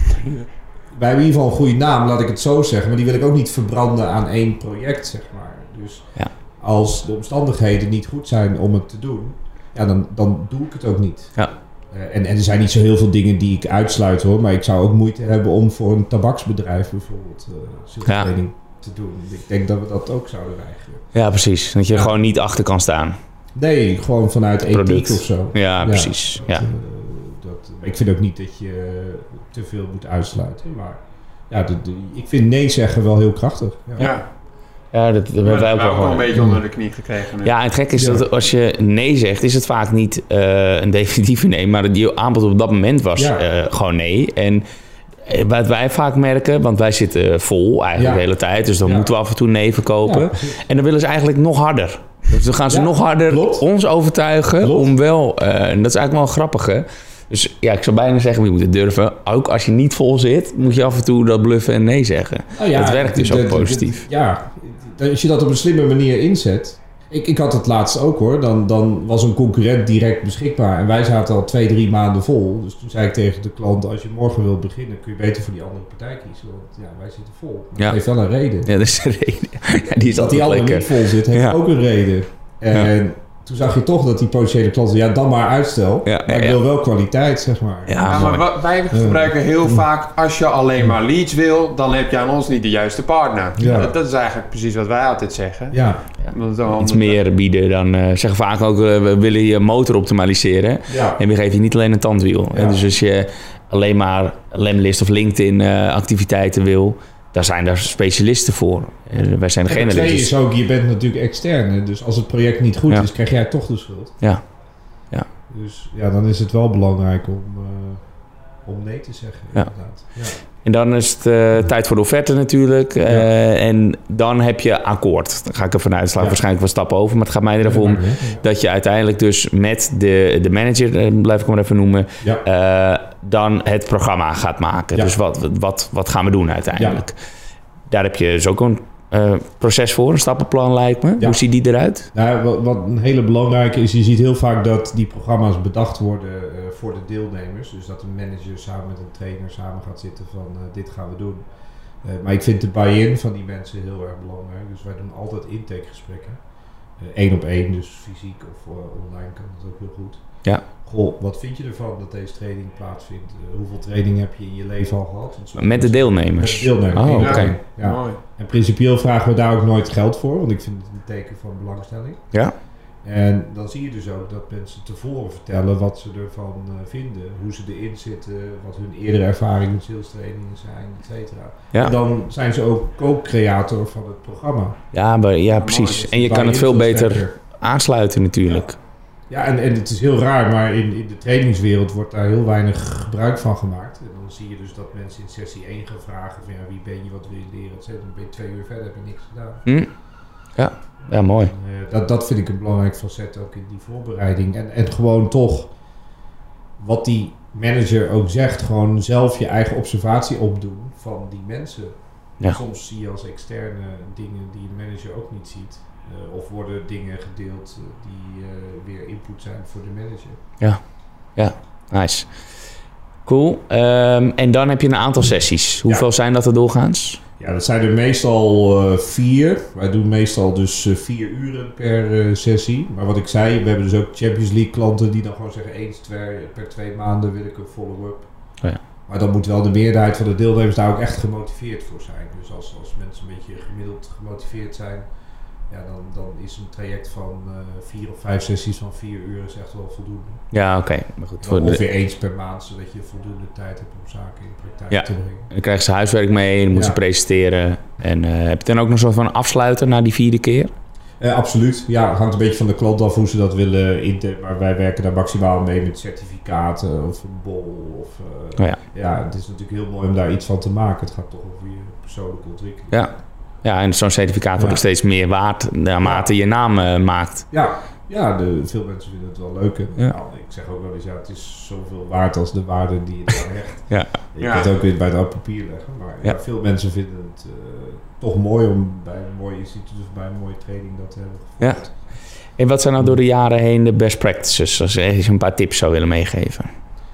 Wij hebben in ieder geval een goede naam, laat ik het zo zeggen. Maar die wil ik ook niet verbranden aan één project, zeg maar. Dus Ja. als de omstandigheden niet goed zijn om het te doen, ja, dan, dan doe ik het ook niet. Ja. Uh, en, en er zijn niet zo heel veel dingen die ik uitsluit, hoor. Maar ik zou ook moeite hebben om voor een tabaksbedrijf bijvoorbeeld uh, salestraining te doen. Ik denk dat we dat ook zouden weigeren. Ja, precies. Dat je Ja. gewoon niet achter kan staan. Nee, gewoon vanuit ethiek Product. of zo. Ja, precies. Dat, Ja. uh, dat, ik vind ook niet dat je te veel moet uitsluiten. Maar ja, de, de, ik vind nee zeggen wel heel krachtig. Ja. Ja. Ja, dat, dat hebben wij ook wel ook wel een gewoon. beetje onder de knie gekregen. nu. Ja, en het gekke is Ja. dat als je nee zegt, is het vaak niet uh, een definitieve nee, maar je aanbod op dat moment was Ja. uh, gewoon nee. En uh, wat wij vaak merken, want wij zitten vol eigenlijk Ja. de hele tijd, dus dan Ja. moeten we af en toe nee verkopen. Ja, precies. En dan willen ze eigenlijk nog harder. Dus dan gaan ze Ja, nog harder klopt. ons overtuigen Klopt. om wel, uh, en dat is eigenlijk wel grappig hè. Dus ja, ik zou bijna zeggen, je moet het durven. Ook als je niet vol zit, moet je af en toe dat bluffen en nee zeggen. Nou ja, dat werkt dus de- ook de- de- positief. Ja, als je dat op een slimme manier inzet. Ik, ik had het laatst ook hoor. Dan, dan was een concurrent direct beschikbaar. En wij zaten al twee, drie maanden vol. Dus toen zei ik tegen de klant, als je morgen wilt beginnen, kun je beter voor die andere partij kiezen. Want ja, wij zitten vol. Maar Ja. dat heeft wel een reden. Ja, dat is de reden. Ja, die is Dat die altijd andere lekker. niet vol zit, heeft Ja. ook een reden. En toen zag je toch dat die potentiële klanten, ja, dan maar uitstel. Ja, maar ja, ik wil ja. wel kwaliteit, zeg maar. Ja, Ja, mooi. maar wij gebruiken heel vaak, als je alleen maar leads wil, dan heb je aan ons niet de juiste partner. Ja. Dat, dat is eigenlijk precies wat wij altijd zeggen. Ja, Want dan- Iets meer bieden dan... Uh, zeggen vaak ook, uh, we willen je motor optimaliseren. ja. En we geven je niet alleen een tandwiel. Ja. En dus als je alleen maar Lemlist of LinkedIn uh, activiteiten wil... daar zijn daar specialisten voor. Uh, wij zijn de En het tweede generalisten. is ook, je bent natuurlijk externe. Dus als het project niet goed Ja. is, krijg jij toch de schuld. Ja. Dus ja, dan is het wel belangrijk om, uh, om nee te zeggen. Ja. Inderdaad. Ja. En dan is het uh, tijd voor de offerte natuurlijk. Uh, Ja. En dan heb je akkoord. Daar ga ik ervan uit. Sla ik Ja. waarschijnlijk wat stappen over. Maar het gaat mij er even om Ja. dat je uiteindelijk dus met de, de manager, uh, blijf ik hem maar even noemen... Ja. Uh, dan het programma gaat maken. Ja. Dus wat, wat, wat gaan we doen uiteindelijk? Daar heb je dus ook een uh, proces voor, een stappenplan lijkt me. Ja. Hoe ziet die eruit? Nou, wat, wat een hele belangrijke is, je ziet heel vaak dat die programma's bedacht worden uh, voor de deelnemers. Dus dat een manager samen met een trainer samen gaat zitten van uh, dit gaan we doen. Uh, maar ik vind de buy-in van die mensen heel erg belangrijk. Dus wij doen altijd intakegesprekken. Eén uh, op één, dus fysiek of uh, online kan dat ook heel goed. Ja. Goh, wat vind je ervan dat deze training plaatsvindt? Uh, hoeveel training heb je in je leven al gehad? Want Met de deelnemers? Met de deelnemers. Oh, één op oké. één. Ja. Mooi. En principieel vragen we daar ook nooit geld voor, want ik vind het een teken van belangstelling. Ja. En dan zie je dus ook dat mensen tevoren vertellen wat ze ervan uh, vinden, hoe ze erin zitten, wat hun eerdere ervaringen met sales trainingen zijn, et cetera. Ja. En dan zijn ze ook co-creator van het programma. Ja, maar, ja, Ja, precies. mooi, dus En je die kan het veel buy-in veel beter sterker. aansluiten natuurlijk. Ja, en, en het is heel raar, maar in, in de trainingswereld wordt daar heel weinig gebruik van gemaakt. En dan zie je dus dat mensen in sessie één gaan vragen van ja, wie ben je, wat wil je leren, et cetera. Dan ben je twee uur verder, heb je niks gedaan. Hm? Ja. Ja, mooi. Uh, dat, dat vind ik een belangrijk facet ook in die voorbereiding. En, en gewoon toch, wat die manager ook zegt, gewoon zelf je eigen observatie opdoen van die mensen. Ja. Soms zie je als externe dingen die een manager ook niet ziet. Uh, of worden dingen gedeeld uh, die uh, weer input zijn voor de manager. Nice. Cool. Um, en dan heb je een aantal sessies. Hoeveel Ja. zijn dat er doorgaans? Ja, dat zijn er meestal uh, vier. Wij doen meestal dus uh, vier uren per uh, sessie. Maar wat ik zei, we hebben dus ook Champions League klanten die dan gewoon zeggen eens twee, per twee maanden wil ik een follow-up. Oh ja. Maar dan moet wel de meerderheid van de deelnemers daar ook echt gemotiveerd voor zijn. Dus als, als mensen een beetje gemiddeld gemotiveerd zijn, ja, dan, dan is een traject van uh, vier of vijf sessies van vier uur is echt wel voldoende. Ja, oké. Okay. Maar goed. Voor de, Ongeveer eens per maand, zodat je voldoende tijd hebt om zaken in praktijk Ja. te brengen. dan krijgen ze huiswerk mee, dan moeten Ja. ze presenteren. En uh, heb je dan ook nog zo van afsluiten na die vierde keer? Uh, absoluut. Ja, het hangt een beetje van de klant af hoe ze dat willen inten. Maar wij werken daar maximaal mee met certificaten of een bol. Of, uh, Oh ja. ja, het is natuurlijk heel mooi om daar iets van te maken. Het gaat toch over je persoonlijke ontwikkeling. Ja. Ja, en zo'n certificaat wordt Ja. ook steeds meer waard naarmate je naam uh, maakt. Ja, ja de, veel mensen vinden het wel leuk. En, Ja. nou, ik zeg ook wel eens, ja, het is zoveel waard als de waarde die je eraan hecht. Ja. Je Ja. kunt het ook weer bij het oud papier leggen. Maar Ja. ja, veel mensen vinden het uh, toch mooi om bij een mooi instituut of bij een mooie training dat te hebben gevolgd. En wat zijn nou door de jaren heen de best practices? Als je een paar tips zou willen meegeven.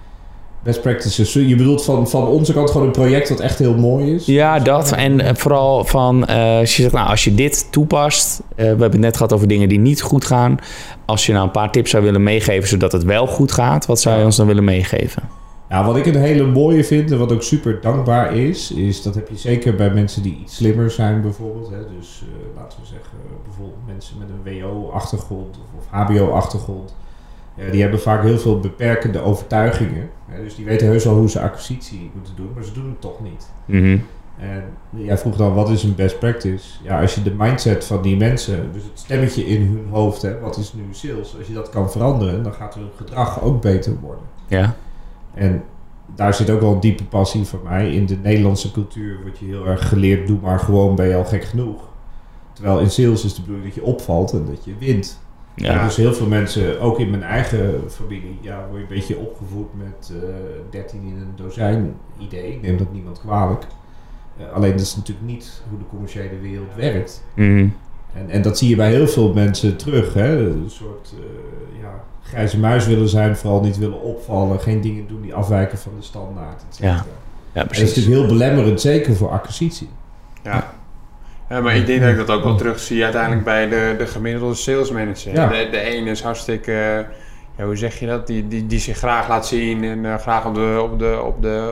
Best practices. Je bedoelt van, van onze kant gewoon een project dat echt heel mooi is? Ja, dat. En uh, vooral van, uh, als je zegt, nou, als je dit toepast. Uh, we hebben het net gehad over dingen die niet goed gaan. Als je nou een paar tips zou willen meegeven zodat het wel goed gaat, wat zou je ons dan willen meegeven? Ja, wat ik een hele mooie vind en wat ook super dankbaar is, is dat heb je zeker bij mensen die iets slimmer zijn bijvoorbeeld. Hè. Dus uh, laten we zeggen, bijvoorbeeld mensen met een W O-achtergrond of, of H B O-achtergrond. Uh, die hebben vaak heel veel beperkende overtuigingen. Hè. Dus die weten heus wel hoe ze acquisitie moeten doen, maar ze doen het toch niet. Mm-hmm. En jij vroeg dan, wat is een best practice? Ja, als je de mindset van die mensen, dus het stemmetje in hun hoofd, hè, wat is nu sales, als je dat kan veranderen, dan gaat hun gedrag ook beter worden. Ja. En daar zit ook wel een diepe passie van mij. In de Nederlandse cultuur wordt je heel erg geleerd, doe maar gewoon, ben je al gek genoeg. Terwijl in sales is de bedoeling dat je opvalt en dat je wint. Ja. Ja, dus heel veel mensen, ook in mijn eigen familie, ja, word je een beetje opgevoed met uh, dertien in een dozijn idee. Ik neem dat niemand kwalijk. Uh, alleen dat is natuurlijk niet hoe de commerciële wereld werkt. Mm-hmm. En, en dat zie je bij heel veel mensen terug. Hè? Een soort uh, ja, grijze muis willen zijn, vooral niet willen opvallen. Geen dingen doen die afwijken van de standaard. Et cetera. Ja. Ja, En dat is precies. natuurlijk heel belemmerend, zeker voor acquisitie. Ja. Ja, maar ik denk dat ik dat ook wel terug zie uiteindelijk bij de, de gemiddelde sales manager. Ja. De, de ene is hartstikke, uh, ja, hoe zeg je dat, die, die, die zich graag laat zien en uh, graag op de, op de, op de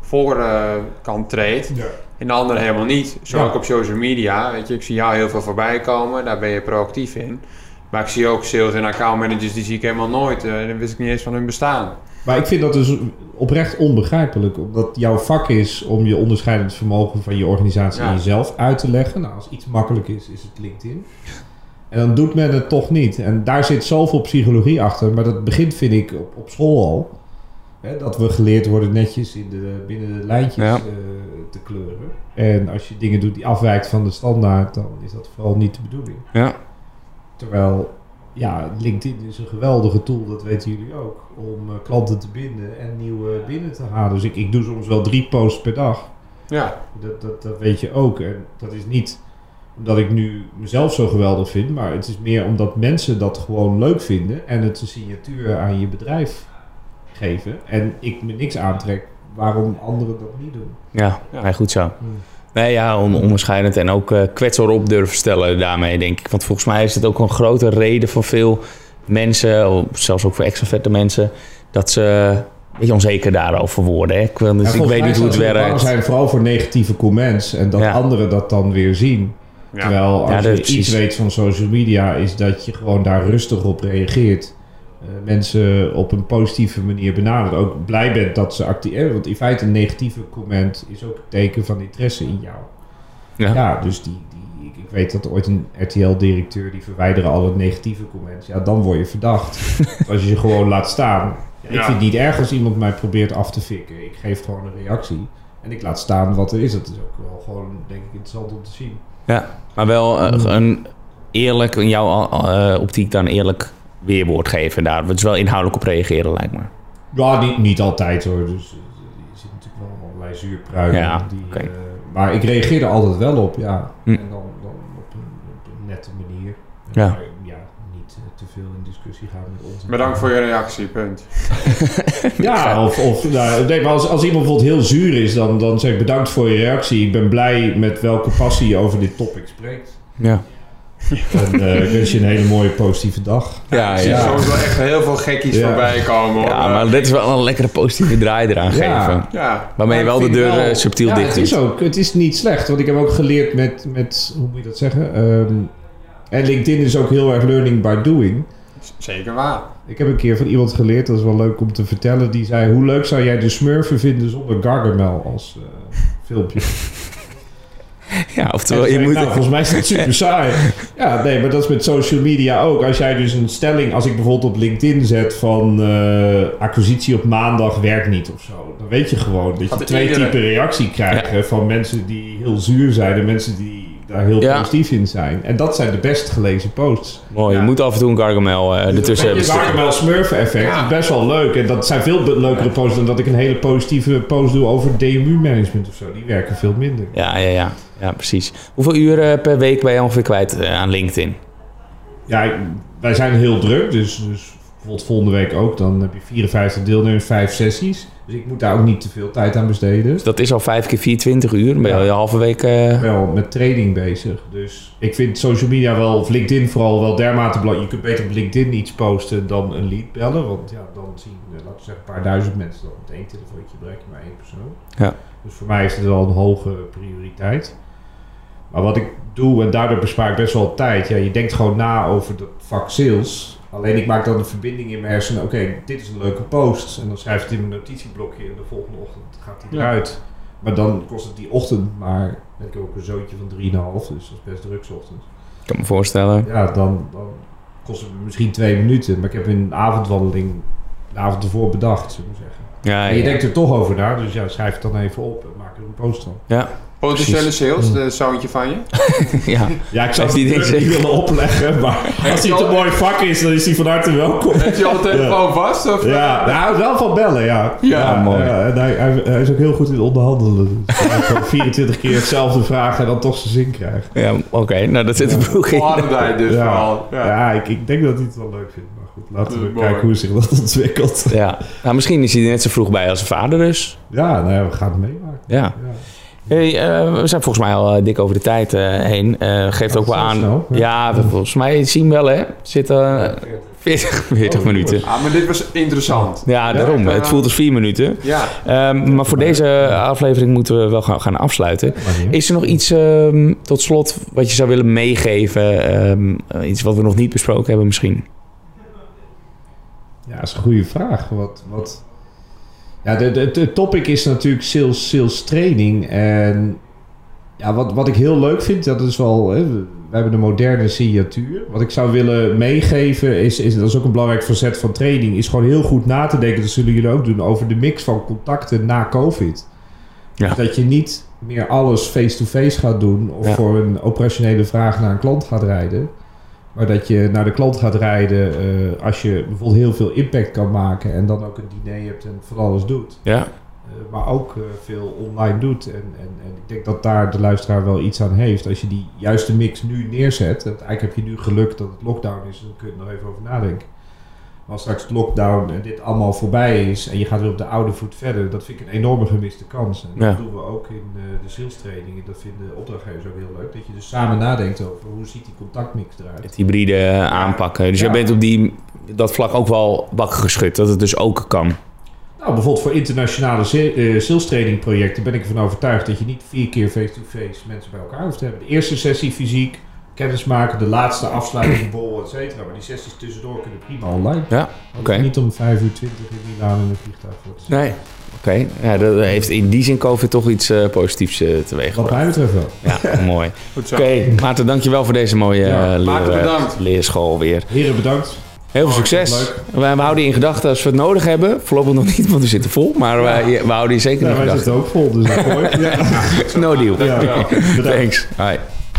voorkant treedt. Ja. En de andere helemaal niet. Zo ja. ook op social media. Weet je, ik zie jou heel veel voorbij komen, daar ben je proactief in. Maar ik zie ook sales en account managers, die zie ik helemaal nooit. Uh, dan wist ik niet eens van hun bestaan. Maar ik vind dat dus oprecht onbegrijpelijk. Omdat jouw vak is om je onderscheidend vermogen van je organisatie ja. en jezelf uit te leggen. Nou, als iets makkelijk is, is het LinkedIn. En dan doet men het toch niet. En daar zit zoveel psychologie achter. Maar dat begint, vind ik, op, op school al. Hè, dat we geleerd worden netjes in de, binnen de lijntjes ja. uh, te kleuren. En als je dingen doet die afwijkt van de standaard, dan is dat vooral niet de bedoeling. Ja. Terwijl... Ja, LinkedIn is een geweldige tool, dat weten jullie ook, om uh, klanten te binden en nieuwe binnen te halen. Dus ik, ik doe soms wel drie posts per dag. Ja. Dat, dat, dat weet je ook. En dat is niet omdat ik nu mezelf zo geweldig vind, maar het is meer omdat mensen dat gewoon leuk vinden en het een signatuur aan je bedrijf geven. En ik me niks aantrek waarom anderen dat niet doen. Ja, ja. goed zo. Hmm. Nee, ja, on- onderscheidend en ook uh, kwetsbaar op durven stellen daarmee, denk ik. Want volgens mij is het ook een grote reden voor veel mensen, zelfs ook voor extraverte mensen, dat ze een beetje onzeker daarover worden. Hè? Ik, dus ja, ik weet niet hoe het werkt. We zijn vooral voor negatieve comments en dat ja. anderen dat dan weer zien. Ja. Terwijl als ja, je precies. iets weet van social media, is dat je gewoon daar rustig op reageert. Uh, mensen op een positieve manier benadert. Ook blij bent dat ze actief... Want in feite een negatieve comment is ook een teken van interesse in jou. Ja, ja dus die, die, ik, ik weet dat ooit een R T L-directeur... die verwijderen alle negatieve comments. Ja, dan word je verdacht. Als je ze gewoon laat staan. Ja, ik ja. vind het niet erg als iemand mij probeert af te fikken. Ik geef gewoon een reactie. En ik laat staan wat er is. Dat is ook wel gewoon, denk ik, interessant om te zien. Ja, maar wel uh, een eerlijk... in jouw uh, optiek dan eerlijk... weerwoord geven daar. Het is wel inhoudelijk op reageren, lijkt me. Ja, niet, niet altijd hoor. Dus je ziet natuurlijk wel allerlei zuurpruimen. Ja, die, okay. uh, maar ik reageer er altijd wel op, ja. Hm. En dan, dan op, een, op een nette manier. En ja. Maar, ja, niet uh, te veel in discussie gaan met ons. Bedankt voor je reactie, punt. ja, of, of nou, nee, maar als, als iemand bijvoorbeeld heel zuur is, dan, dan zeg ik bedankt voor je reactie. Ik ben blij met welke passie je over dit topic spreekt. Ja. En uh, ik wens je een hele mooie positieve dag. Ja, ja. Ik zie soms wel echt heel veel gekkies ja. voorbij komen. Hoor. Ja, maar dit is wel een lekkere positieve draai eraan ja. geven. Ja. Waarmee je wel de deur wel, subtiel ja, dicht het doet. Is ook, het is niet slecht, want ik heb ook geleerd met, met hoe moet je dat zeggen? Um, en LinkedIn is ook heel erg learning by doing. Zeker waar. Ik heb een keer van iemand geleerd, dat is wel leuk om te vertellen. Die zei, hoe leuk zou jij de Smurfen vinden zonder Gargamel als uh, filmpje? Ja, oftewel, je ik, moet... Nou, volgens mij is dat super saai. Ja, nee, maar dat is met social media ook. Als jij dus een stelling, als ik bijvoorbeeld op LinkedIn zet van uh, acquisitie op maandag werkt niet of zo. Dan weet je gewoon dat je twee typen reactie krijgt ja. van mensen die heel zuur zijn en mensen die daar heel ja. positief in zijn. En dat zijn de best gelezen posts. Mooi, ja. Je moet af en toe een Gargamel uh, ertussen hebben. Het Gargamel Smurfen effect ja. is best wel leuk. En dat zijn veel leukere posts dan dat ik een hele positieve post doe over D M U-management of zo. Die werken veel minder. Ja, ja, ja. Ja, precies. Hoeveel uren per week ben je ongeveer kwijt uh, aan LinkedIn? Ja, ik, wij zijn heel druk. Dus, dus bijvoorbeeld volgende week ook. Dan heb je vierenvijftig deelnemers, vijf sessies. Dus ik moet daar ook niet te veel tijd aan besteden. Dus dat is al vijf keer vierentwintig uur. Dan ben je ja. al je halve week... Uh... wel met training bezig. Dus ik vind social media wel, of LinkedIn vooral, wel dermate belangrijk. Je kunt beter op LinkedIn iets posten dan een lead bellen. Want ja, dan zien, laten we zeggen, een paar duizend mensen dan met één telefoontje bereik je maar één persoon. Ja. Dus voor mij is het wel een hoge prioriteit. Maar wat ik doe, en daardoor bespaar ik best wel tijd. Ja, je denkt gewoon na over het vak sales. Alleen ik maak dan een verbinding in mijn hersenen. Oké, okay, dit is een leuke post. En dan schrijf ik het in mijn notitieblokje. En de volgende ochtend gaat die eruit. Ja. Maar dan kost het die ochtend maar... Ik heb ook een zoontje van drie komma vijf. Dus dat is best druk 's ochtends. Ik kan me voorstellen. Ja, dan, dan kost het misschien twee minuten. Maar ik heb in een avondwandeling de avond ervoor bedacht, zullen we zeggen. Ja, en je ja. denkt er toch over na. Dus ja, schrijf het dan even op. En maak er een post van. Ja. Potentiële sales, de zoontje van je? ja. ja, ik zou het die niet willen opleggen, maar als hij een mooi vak is, dan is hij van harte welkom. Heb je al de telefoon ja. vast? Of? Ja, nou, hij houdt wel van bellen, ja. Ja, ja mooi. Ja, en hij, hij, hij is ook heel goed in onderhandelen. Dus hij kan vierentwintig keer hetzelfde vragen en dan toch zijn zin krijgt. Ja, oké. Okay. Nou, dat zit er vroeg in. Volgende dus ja. vooral. Ja, ja ik, ik denk dat hij het wel leuk vindt. Maar goed, laten we kijken hoe zich dat ontwikkelt. Ja. Nou, misschien is hij er net zo vroeg bij als zijn vader dus. Ja, nou ja, we gaan het meemaken. Ja. ja. Hey, uh, we zijn volgens mij al uh, dik over de tijd uh, heen. Uh, geeft oh, ook wel aan. Snel, ja, ja we, volgens mij zien we wel, hè. Zitten uh, veertig, veertig oh, minuten. Ah, maar dit was interessant. Ja, daarom. Ja, uh, het voelt als vier minuten. Ja. Um, maar voor deze aflevering moeten we wel gaan, gaan afsluiten. Is er nog iets um, tot slot wat je zou willen meegeven? Um, uh, iets wat we nog niet besproken hebben misschien? Ja, dat is een goede vraag. Wat... wat... Ja, de, de, de topic is natuurlijk sales, sales training. En ja, wat, wat ik heel leuk vind, dat is wel... Hè, we hebben een moderne signatuur. Wat ik zou willen meegeven, is, is, dat is ook een belangrijk facet van training, is gewoon heel goed na te denken, dat zullen jullie ook doen, over de mix van contacten na COVID. Ja. Dus dat je niet meer alles face-to-face gaat doen of ja. voor een operationele vraag naar een klant gaat rijden. Maar dat je naar de klant gaat rijden uh, als je bijvoorbeeld heel veel impact kan maken en dan ook een diner hebt en van alles doet. Ja. Uh, maar ook uh, veel online doet. En, en, en ik denk dat daar de luisteraar wel iets aan heeft. Als je die juiste mix nu neerzet. Eigenlijk heb je nu geluk dat het lockdown is. Dan kun je er nog even over nadenken. Maar als straks het lockdown en dit allemaal voorbij is en je gaat weer op de oude voet verder, dat vind ik een enorme gemiste kans. En dat ja. doen we ook in uh, de sales training. Dat vinden opdrachtgevers ook heel leuk. Dat je dus samen nadenkt over hoe ziet die contactmix eruit. Het hybride uh, aanpakken. Dus ja. jij bent op die, dat vlak ook wel wakker geschud. Dat het dus ook kan. Nou, bijvoorbeeld voor internationale sales training projecten ben ik ervan overtuigd dat je niet vier keer face-to-face mensen bij elkaar hoeft te hebben. De eerste sessie fysiek, kennis maken, de laatste afsluiting, bol, et cetera. Maar die sessies tussendoor kunnen prima online. Ja, oké. Okay. Niet om vijf uur twintig in Milaan in een vliegtuig voor te zien. Nee, oké. Okay. Ja, dat heeft in die zin COVID toch iets uh, positiefs uh, teweeg gebracht. Wat mij betreft wel. Ja, mooi. Oké, okay. Maarten, dankjewel voor deze mooie ja, uh, leer, leerschool weer. Heren, bedankt. Heel veel succes. We, we houden je in gedachten als we het nodig hebben. Voorlopig nog niet, want we zitten vol. Maar ja. we, we houden je zeker ja, in gedachten. Wij zitten ook vol, dus dat mooi. Ja. No deal. Ja, ja. Thanks. Bye.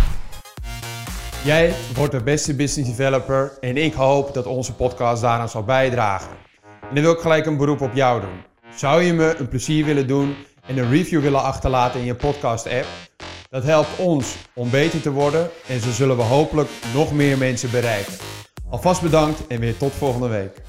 Jij wordt de beste business developer en ik hoop dat onze podcast daaraan zal bijdragen. En dan wil ik gelijk een beroep op jou doen. Zou je me een plezier willen doen en een review willen achterlaten in je podcast app? Dat helpt ons om beter te worden en zo zullen we hopelijk nog meer mensen bereiken. Alvast bedankt en weer tot volgende week.